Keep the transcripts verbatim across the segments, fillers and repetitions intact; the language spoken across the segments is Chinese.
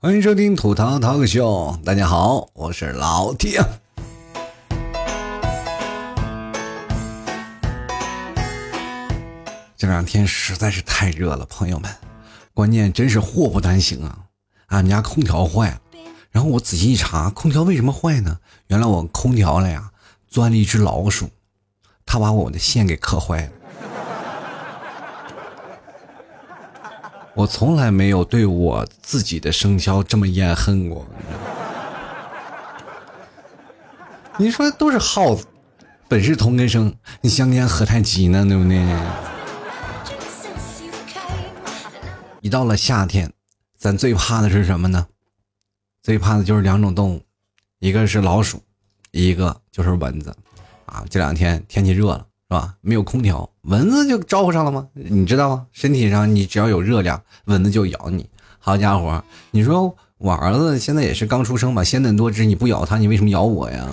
欢迎收听吐槽涛哥秀，大家好，我是老铁。这两天实在是太热了，朋友们，关键真是祸不单行啊！俺们家空调坏了，然后我仔细一查，空调为什么坏呢？原来我空调了呀，钻了一只老鼠，它把我的线给磕坏了。我从来没有对我自己的生肖这么怨恨过。你说都是耗子，本是同根生，你相煎何太急呢，对不对？一到了夏天，咱最怕的是什么呢？最怕的就是两种动物，一个是老鼠，一个就是蚊子啊。这两天天气热了，是吧？没有空调，蚊子就招呼上了吗？你知道吗？身体上你只要有热量，蚊子就咬你。好家伙，你说我儿子现在也是刚出生吧，鲜嫩多汁，你不咬他，你为什么咬我呀？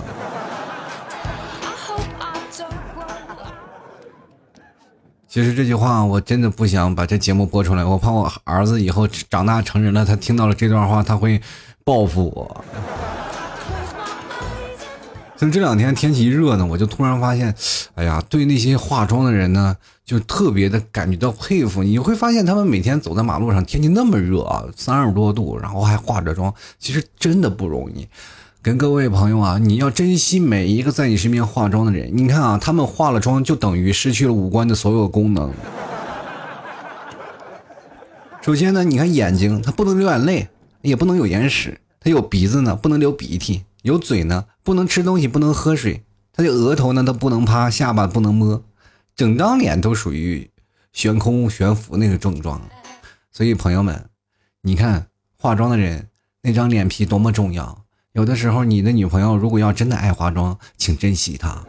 其实这句话我真的不想把这节目播出来，我怕我儿子以后长大成人了，他听到了这段话，他会报复我。就这两天天气热呢，我就突然发现，哎呀，对那些化妆的人呢，就特别的感觉到佩服。你会发现他们每天走在马路上，天气那么热啊，三十多度，然后还化着妆，其实真的不容易。跟各位朋友啊，你要珍惜每一个在你身边化妆的人。你看啊，他们化了妆就等于失去了五官的所有功能。首先呢，你看眼睛，它不能流眼泪，也不能有眼屎；它有鼻子呢，不能流鼻涕；有嘴呢，不能吃东西，不能喝水；它的额头呢，它不能趴，下巴不能摸，整张脸都属于悬空悬浮那个症状。所以朋友们，你看化妆的人那张脸皮多么重要。有的时候你的女朋友如果要真的爱化妆，请珍惜她。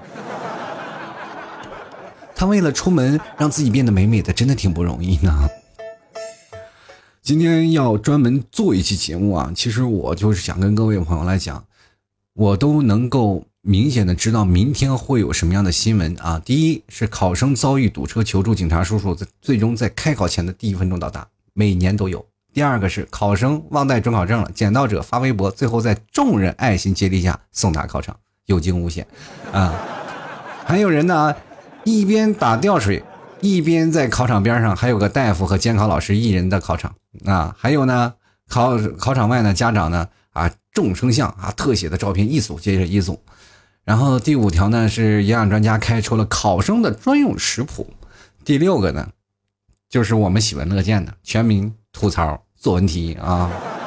她为了出门让自己变得美美的，真的挺不容易呢。今天要专门做一期节目啊，其实我就是想跟各位朋友来讲，我都能够明显的知道明天会有什么样的新闻啊。第一是考生遭遇堵车求助警察叔叔，最终在开考前的第一分钟到达，每年都有。第二个是考生忘带准考证了，捡到者发微博，最后在众人爱心接力下送达考场，有惊无险啊！还有人呢，一边打吊水，一边在考场边上还有个大夫和监考老师一人的考场啊！还有呢，考考场外呢，家长呢啊，众生相啊，特写的照片一组接着一组。然后第五条呢是营养专家开出了考生的专用食谱。第六个呢，就是我们喜闻乐见的全民吐槽作文题啊！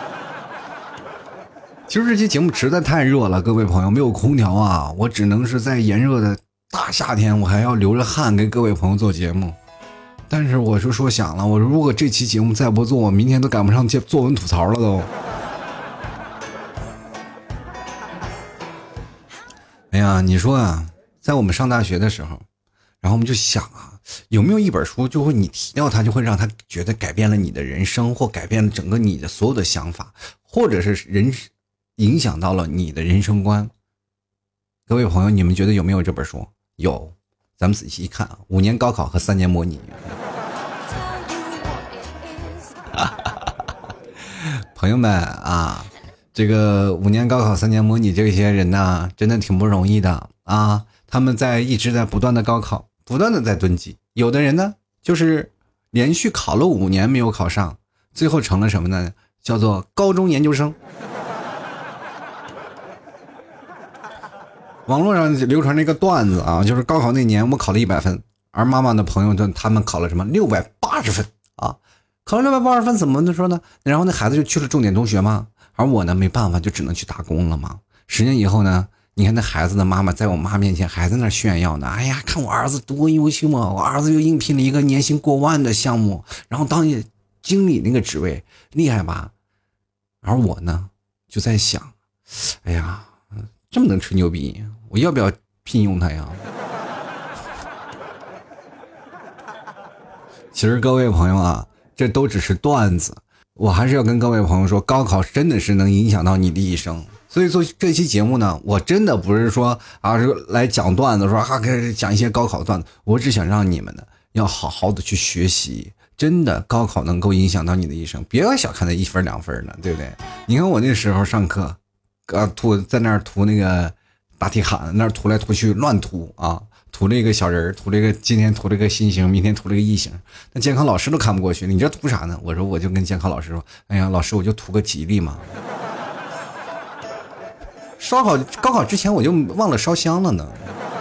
其实这期节目实在太热了，各位朋友，没有空调啊，我只能是在炎热的大夏天，我还要流着汗跟各位朋友做节目。但是我就说想了，我如果这期节目再不做，我明天都赶不上作文吐槽了都。哎呀，你说啊，在我们上大学的时候，然后我们就想啊，有没有一本书就会你提到它就会让它觉得改变了你的人生，或改变了整个你的所有的想法，或者是人影响到了你的人生观。各位朋友，你们觉得有没有这本书？有，咱们仔细一看啊，五年高考和三年模拟。朋友们啊，这个五年高考三年模拟这些人呢，真的挺不容易的啊，他们在一直在不断的高考，不断的在蹲级。有的人呢就是连续考了五年没有考上，最后成了什么呢？叫做高中研究生。网络上流传这个段子啊，就是高考那年我考了一百分，而妈妈的朋友就他们考了什么六百八十分啊，考了六百八十分怎么说呢？然后那孩子就去了重点中学嘛，而我呢没办法，就只能去打工了嘛。十年以后呢，你看那孩子的妈妈在我妈面前还在那炫耀呢，哎呀，看我儿子多优秀啊！我儿子又应聘了一个年薪过万的项目，然后当经理那个职位，厉害吧？而我呢，就在想，哎呀，这么能吹牛逼，我要不要聘用他呀？其实各位朋友啊，这都只是段子，我还是要跟各位朋友说，高考真的是能影响到你的一生。所以做这期节目呢，我真的不是说啊来讲段子，说啊开始讲一些高考段子，我只想让你们呢要好好的去学习， 真的高考能够影响到你的一生，别小看那一分两分的，对不对？你看我那时候上课，啊涂在那儿涂那个答题卡，那儿涂来涂去乱涂啊，涂了一个小人，涂了一个今天涂了一个心形，明天涂了一个异形，那监考老师都看不过去，你这涂啥呢？我说我就跟监考老师说，哎呀，老师我就涂个吉利嘛。烧烤高考之前我就忘了烧香了呢。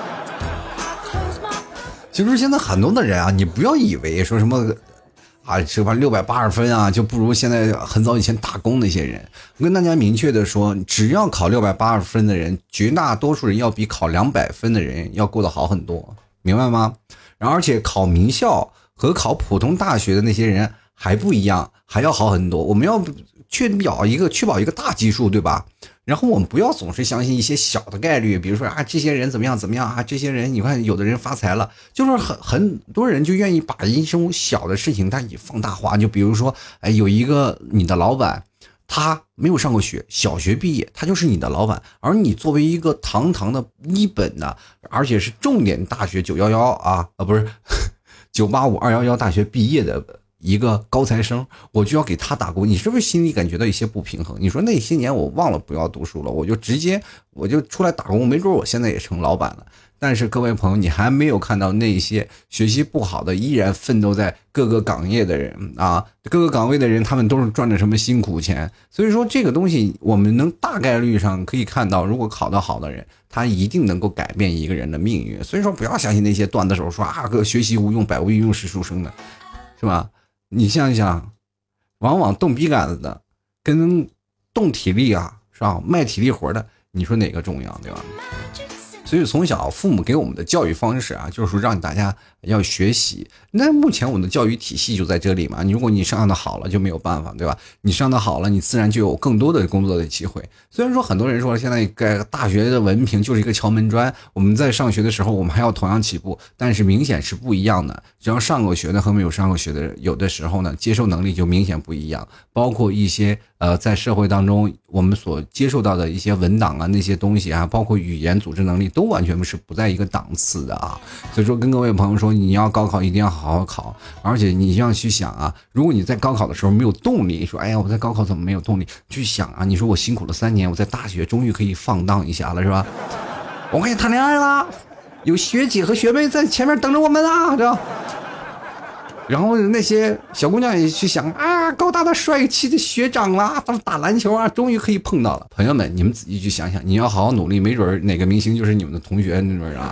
其实现在很多的人啊，你不要以为说什么啊，这把六百八十分啊，就不如现在很早以前打工那些人。我跟大家明确的说，只要考六百八十分的人，绝大多数人要比考两百分的人要过得好很多，明白吗？然后而且考名校和考普通大学的那些人还不一样，还要好很多。我们要确保一个确保一个大基数，对吧？然后我们不要总是相信一些小的概率，比如说啊，这些人怎么样怎么样啊，这些人你看有的人发财了，就是很很多人就愿意把一种小的事情他以放大化。就比如说，哎，有一个你的老板，他没有上过学，小学毕业，他就是你的老板，而你作为一个堂堂的一本的，而且是重点大学九一一啊啊不是九八五二一一大学毕业的一个高材生，我就要给他打工，你是不是心里感觉到一些不平衡？你说那些年我忘了不要读书了，我就直接我就出来打工，没准我现在也成老板了。但是各位朋友，你还没有看到那些学习不好的依然奋斗在各个岗业的人啊，各个岗位的人他们都是赚着什么辛苦钱。所以说这个东西我们能大概率上可以看到，如果考得好的人，他一定能够改变一个人的命运。所以说不要相信那些段子手说啊，个学习无用，百无一用是书生的，是吧？你想一想，往往动笔杆子的跟动体力啊，是吧？卖体力活的，你说哪个重要，对吧？所以从小父母给我们的教育方式啊，就是说让大家要学习。那目前我们的教育体系就在这里嘛，如果你上的好了就没有办法，对吧？你上的好了，你自然就有更多的工作的机会。虽然说很多人说现在大学的文凭就是一个敲门砖，我们在上学的时候我们还要同样起步，但是明显是不一样的。只要上过学的和没有上过学的，有的时候呢接受能力就明显不一样，包括一些呃在社会当中我们所接受到的一些文档啊那些东西啊，包括语言组织能力都完全是不在一个档次的啊。所以说跟各位朋友说，你要高考一定要好好考，而且你要去想啊，如果你在高考的时候没有动力，说哎呀我在高考怎么没有动力，去想啊，你说我辛苦了三年，我在大学终于可以放荡一下了，是吧？我可以谈恋爱啦，有学姐和学妹在前面等着我们啊，这然后那些小姑娘也去想啊，高大的帅气的学长啦，打篮球啊，终于可以碰到了。朋友们，你们仔细去想想，你要好好努力，没准哪个明星就是你们的同学那种啊。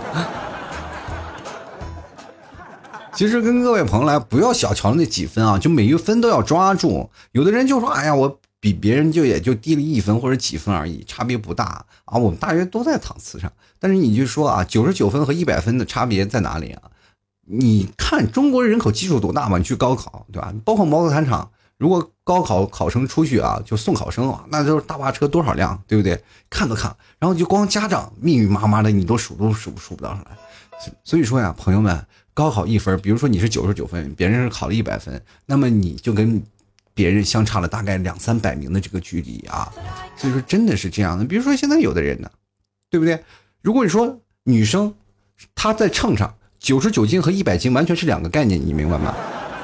其实跟各位朋友来，不要小瞧那几分啊，就每一分都要抓住。有的人就说，哎呀，我比别人就也就低了一分或者几分而已，差别不大啊。我们大约都在档次上，但是你就说啊，九十九分和一百分的差别在哪里啊？你看中国人口基数多大嘛？你去高考，对吧？包括毛坦厂，如果高考考生出去啊，就送考生啊，那就是大巴车多少辆，对不对？看都看，然后就光家长密密麻麻的，你都数都数数不到上来。所以说呀，朋友们，高考一分，比如说你是九十九分，别人是考了一百分，那么你就跟别人相差了大概两三百名的这个距离啊。所以说真的是这样的。比如说现在有的人呢，对不对？如果你说女生她在秤上九十九斤和一百斤完全是两个概念，你明白吗？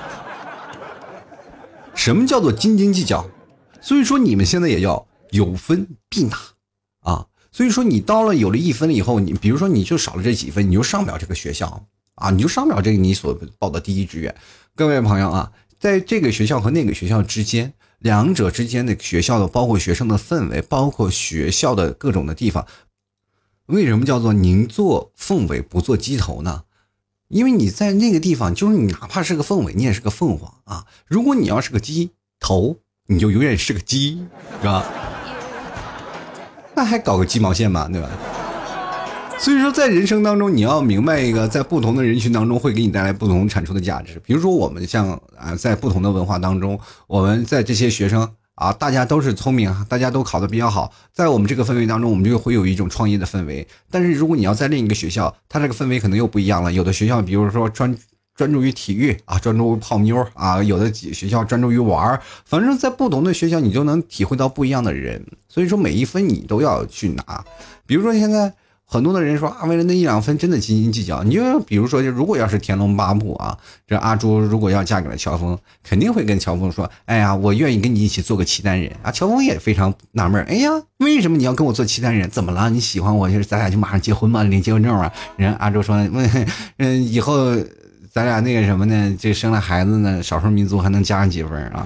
什么叫做斤斤计较？所以说你们现在也要有分必拿啊。所以说你到了有了一分了以后，你比如说你就少了这几分，你就上不了这个学校啊，你就上不了这个你所报的第一志愿。各位朋友啊，在这个学校和那个学校之间，两者之间的学校的包括学生的氛围，包括学校的各种的地方，为什么叫做宁做凤尾不做鸡头呢？因为你在那个地方，就是你哪怕是个凤尾，你也是个凤凰啊。如果你要是个鸡头，你就永远是个鸡，是吧？那还搞个鸡毛线嘛，对吧？所以说在人生当中，你要明白一个，在不同的人群当中会给你带来不同产出的价值。比如说我们像啊，在不同的文化当中，我们在这些学生啊，大家都是聪明啊，大家都考得比较好，在我们这个氛围当中，我们就会有一种创业的氛围。但是如果你要在另一个学校，它这个氛围可能又不一样了。有的学校比如说专专注于体育啊，专注于泡妞啊，有的学校专注于玩，反正在不同的学校你就能体会到不一样的人。所以说每一分你都要去拿。比如说现在很多的人说啊，为了那一两分真的斤斤计较。你就比如说，就如果要是天龙八部啊，这阿朱如果要嫁给了乔峰，肯定会跟乔峰说，哎呀，我愿意跟你一起做个契丹人啊。乔峰也非常纳闷，哎呀，为什么你要跟我做契丹人？怎么了？你喜欢我，就是咱俩就马上结婚嘛，领结婚证啊。人阿朱说，嗯，以后咱俩那个什么呢？这生了孩子呢，少数民族还能加上几分啊？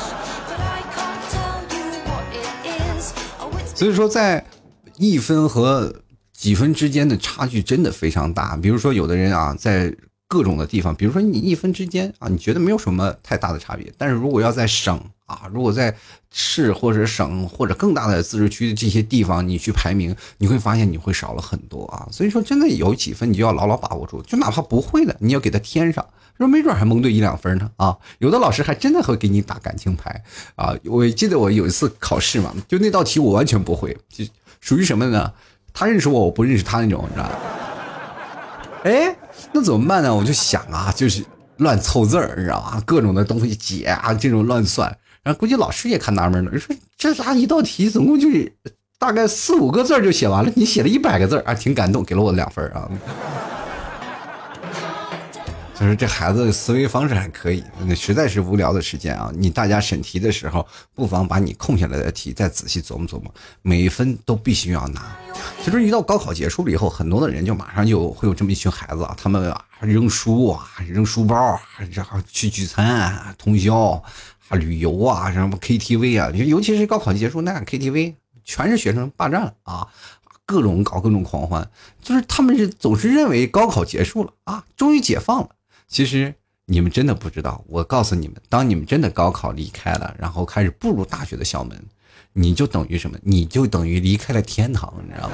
所以说，在一分和几分之间的差距真的非常大。比如说有的人啊，在各种的地方，比如说你一分之间啊，你觉得没有什么太大的差别，但是如果要在省啊，如果在市或者省或者更大的自治区的这些地方你去排名，你会发现你会少了很多啊。所以说真的有几分你就要牢牢把握住，就哪怕不会的你要给他添上，说没准还蒙对一两分呢啊。有的老师还真的会给你打感情牌啊。我记得我有一次考试嘛，就那道题我完全不会，就属于什么呢？他认识我，我不认识他那种，你知道吗？哎，那怎么办呢？我就想啊，就是乱凑字儿，你知道吗？各种的东西解啊，这种乱算。然后估计老师也看纳闷了，说这啥一道题总共就是大概四五个字就写完了，你写了一百个字啊，挺感动，给了我两分啊。就是这孩子的思维方式还可以，那实在是无聊的时间啊，你大家审题的时候，不妨把你空下来的题再仔细琢磨琢磨，每一分都必须要拿。其实一到高考结束了以后，很多的人就马上就会有这么一群孩子啊，他们啊扔书啊，扔书包啊，然后去聚餐啊、通宵啊、旅游啊、什么 K T V 啊，尤其是高考结束那 K T V 全是学生霸占了啊。各种搞各种狂欢，就是他们是总是认为高考结束了啊，终于解放了。其实你们真的不知道，我告诉你们，当你们真的高考离开了，然后开始步入大学的校门，你就等于什么？你就等于离开了天堂，你知道吗？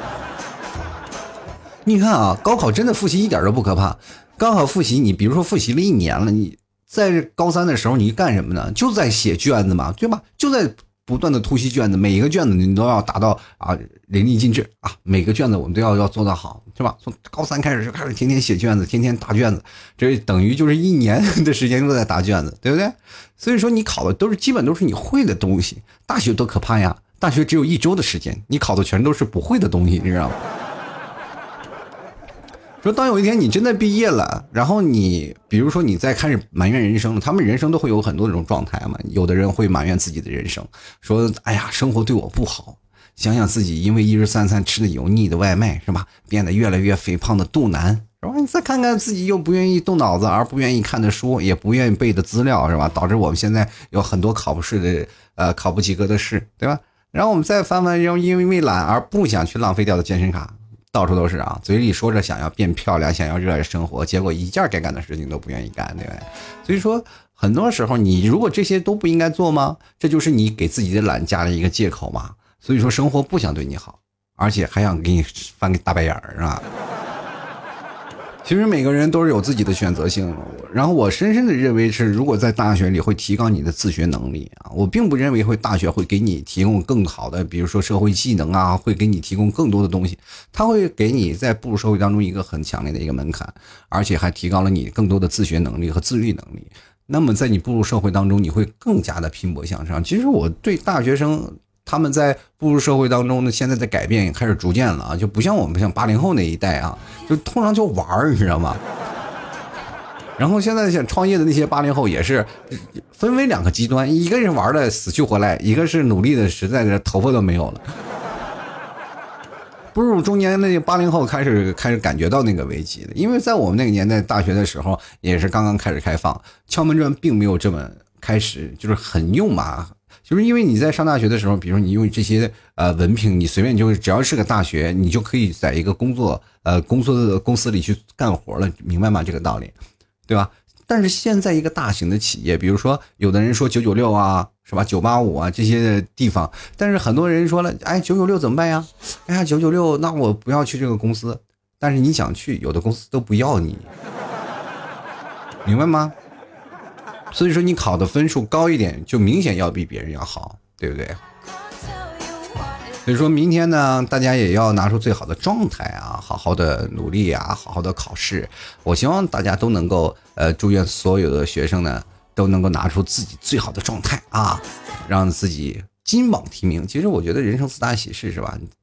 你看啊，高考真的复习一点都不可怕。高考复习，你比如说复习了一年了，你在高三的时候你干什么呢？就在写卷子嘛，对吧？就在不断的突袭卷子，每一个卷子你都要达到啊淋漓尽致啊，每个卷子我们都要要做到好，是吧？从高三开始就开始天天写卷子，天天答卷子，这等于就是一年的时间都在答卷子，对不对？所以说你考的都是基本都是你会的东西。大学多可怕呀！大学只有一周的时间，你考的全都是不会的东西，你知道吗？说当有一天你真的毕业了，然后你比如说你再开始埋怨人生了，他们人生都会有很多种状态嘛。有的人会埋怨自己的人生，说哎呀生活对我不好，想想自己因为一日三餐吃的油腻的外卖是吧，变得越来越肥胖的肚腩是吧？你再看看自己又不愿意动脑子而不愿意看的书，也不愿意背的资料是吧？导致我们现在有很多考不试的呃考不及格的事，对吧？然后我们再翻翻又因为懒而不想去浪费掉的健身卡。到处都是啊，嘴里说着想要变漂亮，想要热爱生活，结果一件该干的事情都不愿意干，对不对？所以说很多时候你如果这些都不应该做吗？这就是你给自己的懒加了一个借口嘛。所以说生活不想对你好，而且还想给你翻个大白眼儿啊。其实每个人都是有自己的选择性，然后我深深的认为是，如果在大学里会提高你的自学能力啊，我并不认为会大学会给你提供更好的，比如说社会技能啊，会给你提供更多的东西，它会给你在步入社会当中一个很强烈的一个门槛，而且还提高了你更多的自学能力和自律能力。那么在你步入社会当中，你会更加的拼搏向上。其实我对大学生他们在步入社会当中呢，现在的改变也开始逐渐了啊，就不像我们像八零后那一代啊，就通常就玩儿，你知道吗？然后现在想创业的那些八零后也是分为两个极端，一个是玩的死去活来，一个是努力的实在是头发都没有了。步入中年那八零后开始开始感觉到那个危机了，因为在我们那个年代大学的时候也是刚刚开始开放，敲门砖并没有这么开始就是很用嘛。就是因为你在上大学的时候，比如说你用这些呃文凭，你随便就是只要是个大学，你就可以在一个工作呃工作的公司里去干活了，明白吗？这个道理，对吧？但是现在一个大型的企业，比如说有的人说九九六啊，是吧？九八五啊这些地方，但是很多人说了，哎，九九六怎么办呀？哎呀，九九六，那我不要去这个公司。但是你想去，有的公司都不要你，明白吗？所以说你考的分数高一点，就明显要比别人要好，对不对？所以说明天呢，大家也要拿出最好的状态啊，好好的努力啊，好好的考试。我希望大家都能够，呃，祝愿所有的学生呢都能够拿出自己最好的状态啊，让自己金榜题名。其实我觉得人生四大喜事是吧？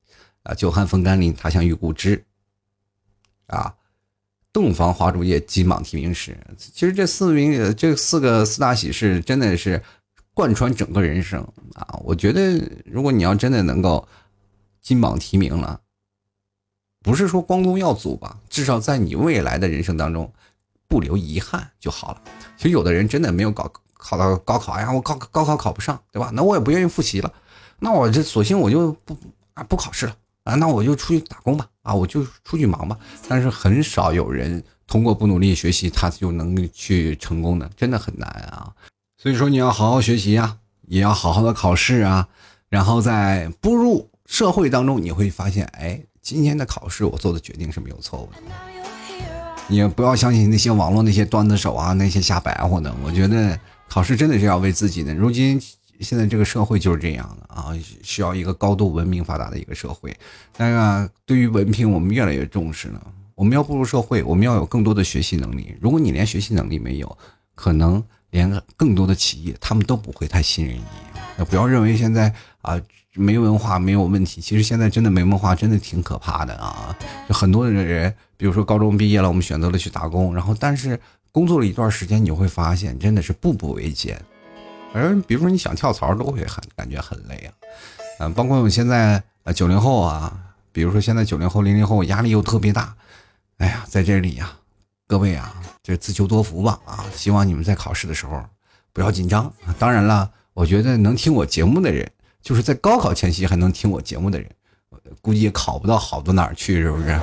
啊，久旱逢甘霖，他乡遇故知啊，洞房花烛夜，金榜题名时。其实这四名这四个四大喜事真的是贯穿整个人生啊！我觉得如果你要真的能够金榜题名了，不是说光宗耀祖吧，至少在你未来的人生当中不留遗憾就好了。其实有的人真的没有搞考到高考，哎呀，我高高考考不上，对吧？那我也不愿意复习了，那我这索性我就不啊不考试了啊，那我就出去打工吧，啊，我就出去忙吧。但是很少有人通过不努力学习，他就能去成功的，真的很难啊。所以说你要好好学习啊，也要好好的考试啊，然后在步入社会当中，你会发现，哎，今天的考试我做的决定是没有错误的。你也不要相信那些网络那些段子手啊，那些瞎白活的。我觉得考试真的是要为自己的。如今现在这个社会就是这样的啊，需要一个高度文明发达的一个社会。但是啊，对于文凭我们越来越重视了。我们要步入社会，我们要有更多的学习能力。如果你连学习能力没有，可能连更多的企业他们都不会太信任你。那不要认为现在啊没文化没有问题，其实现在真的没文化真的挺可怕的啊！就很多的人，比如说高中毕业了，我们选择了去打工，然后但是工作了一段时间，你会发现真的是步步维艰。而比如说你想跳槽都会很感觉很累啊，嗯、呃，包括我现在呃九零后啊，比如说现在九零后零零后压力又特别大，哎呀，在这里呀、啊，各位啊，这自求多福吧啊！希望你们在考试的时候不要紧张。当然了，我觉得能听我节目的人。就是在高考前夕还能听我节目的人，估计也考不到好到哪儿去，是不是？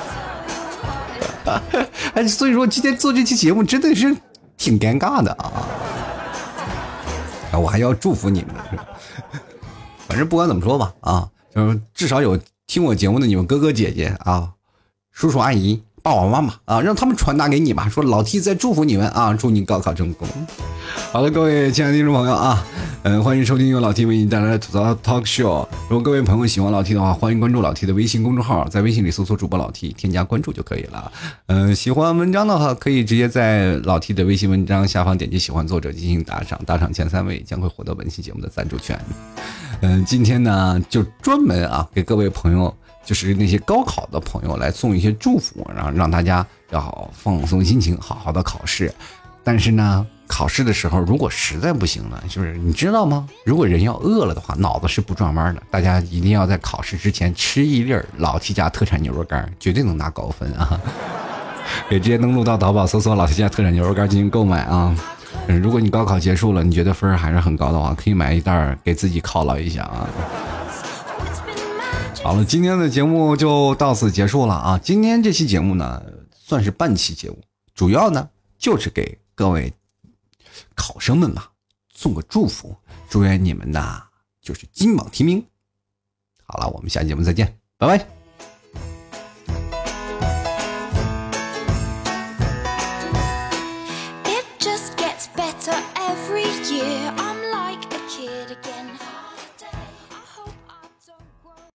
哎，所以说今天做这期节目真的是挺尴尬的啊！啊，我还要祝福你们，反正不管怎么说吧，啊，就是至少有听我节目的你们哥哥姐姐啊、叔叔阿姨、爸爸妈妈啊，让他们传达给你吧，说老 T 在祝福你们啊，祝你高考成功。好了，各位亲爱的听众朋友啊，嗯、呃，欢迎收听由老 T 为你带来的吐槽 Talk Show。如果各位朋友喜欢老 T 的话，欢迎关注老 T 的微信公众号，在微信里搜索主播老 T， 添加关注就可以了。嗯、呃，喜欢文章的话，可以直接在老 T 的微信文章下方点击喜欢作者进行打赏，打赏前三位将会获得本期节目的赞助权。嗯、呃，今天呢就专门啊给各位朋友，就是那些高考的朋友来送一些祝福，然后让大家要放松心情，好好的考试。但是呢，考试的时候如果实在不行了，就是你知道吗？如果人要饿了的话，脑子是不转弯的。大家一定要在考试之前吃一粒老 T 家特产牛肉干，绝对能拿高分啊！可以直接登录到淘宝搜索老 T 家特产牛肉干进行购买啊。如果你高考结束了，你觉得分还是很高的话，可以买一袋给自己犒劳一下啊。好了，今天的节目就到此结束了啊。今天这期节目呢，算是半期节目，主要呢就是给各位考生们吧送个祝福，祝愿你们呐就是金榜题名。好了，我们下期节目再见，拜拜。